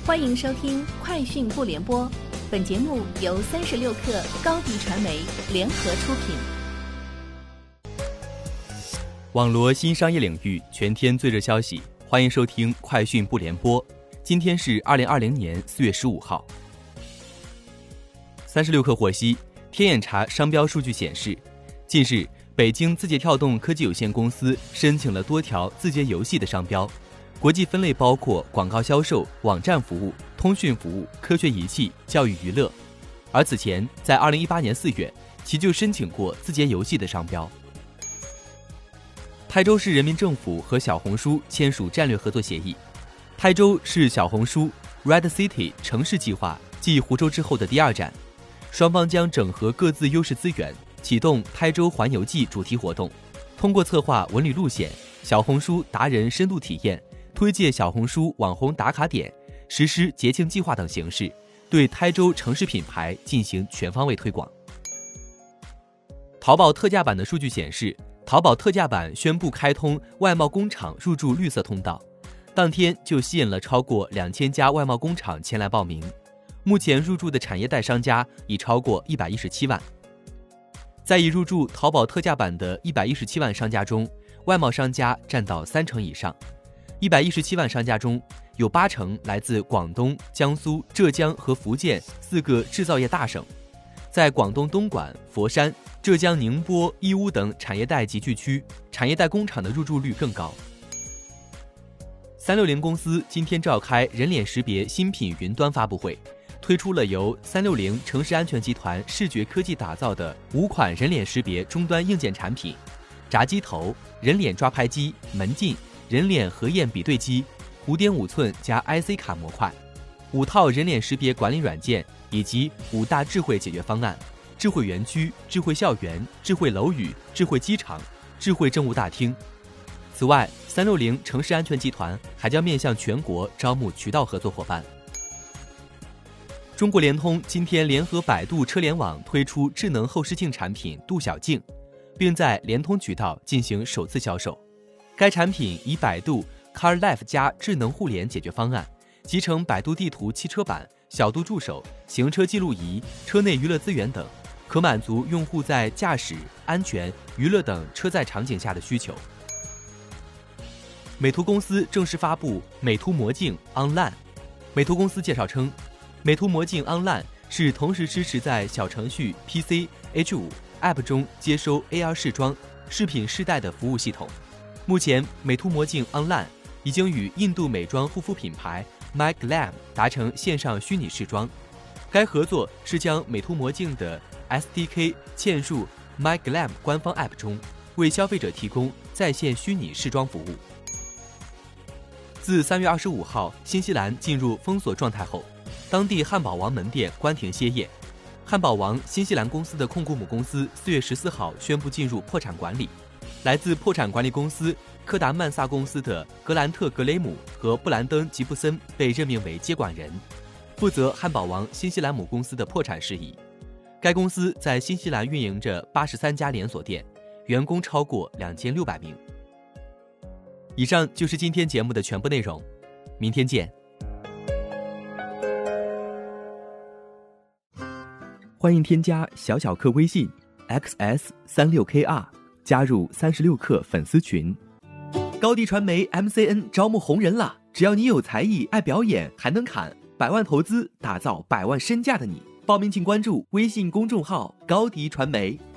欢迎收听快讯不联播，本节目由36克高迪传媒联合出品。 网罗新商业领域全天最热消息，欢迎收听快讯不联播。今天是2020年4月15号。36克获悉，天眼查商标数据显示，近日北京字节跳动科技有限公司申请了多条字节游戏的商标，国际分类包括广告销售、网站服务、通讯服务、科学仪器、教育娱乐。而此前在2018年4月，其就申请过字节游戏的商标。台州市人民政府和小红书签署战略合作协议，台州是小红书 Red City 城市计划继湖州之后的第2站，双方将整合各自优势资源，启动台州环游记主题活动，通过策划文旅路线、小红书达人深度体验、推介小红书网红打卡点、实施节庆计划等形式，对台州城市品牌进行全方位推广。淘宝特价版的数据显示，淘宝特价版宣布开通外贸工厂入驻绿色通道，当天就吸引了超过2000家外贸工厂前来报名，目前入驻的产业带商家已超过117万。在已入驻淘宝特价版的117万商家中，外贸商家占到30%以上。117万商家中，有80%来自广东、江苏、浙江和福建4个制造业大省。在广东东莞、佛山、浙江宁波、义乌等产业带集聚区，产业带工厂的入驻率更高。360公司今天召开人脸识别新品云端发布会，推出了由360城市安全集团视觉科技打造的5款人脸识别终端硬件产品：闸机头、人脸抓拍机、门禁、人脸核验比对机、5.5寸加 IC 卡模块、5套人脸识别管理软件以及5大智慧解决方案：智慧园区、智慧校园、智慧楼宇、智慧机场、智慧政务大厅。此外，360城市安全集团还将面向全国招募渠道合作伙伴。中国联通今天联合百度车联网推出智能后视镜产品度小镜，并在联通渠道进行首次销售。该产品以百度 CarLife 加智能互联解决方案，集成百度地图汽车版、小度助手、行车记录仪、车内娱乐资源等，可满足用户在驾驶、安全、娱乐等车载场景下的需求。美图公司正式发布美图魔镜 Online。 美图公司介绍称，美图魔镜 Online 是同时支持在小程序 PC、H5、App 中接收 AR 视装、视频试戴的服务系统。目前美图魔镜 Online 已经与印度美妆护肤品牌 MyGlam 达成线上虚拟试装，该合作是将美图魔镜的 SDK 嵌入 MyGlam 官方 App 中，为消费者提供在线虚拟试装服务。自3月25号新西兰进入封锁状态后，当地汉堡王门店关停歇业。汉堡王新西兰公司的控股母公司4月14号宣布进入破产管理，来自破产管理公司柯达曼萨公司的格兰特·格雷姆和布兰登·吉布森被任命为接管人，负责汉堡王新西兰母公司的破产事宜。该公司在新西兰运营着83家连锁店，员工超过2600名。以上就是今天节目的全部内容，明天见。欢迎添加小小客微信 XS36KR， 加入36克粉丝群。高迪传媒 MCN 招募红人了，只要你有才艺、爱表演，还能砍100万投资，打造100万身价的你。报名请关注微信公众号高迪传媒。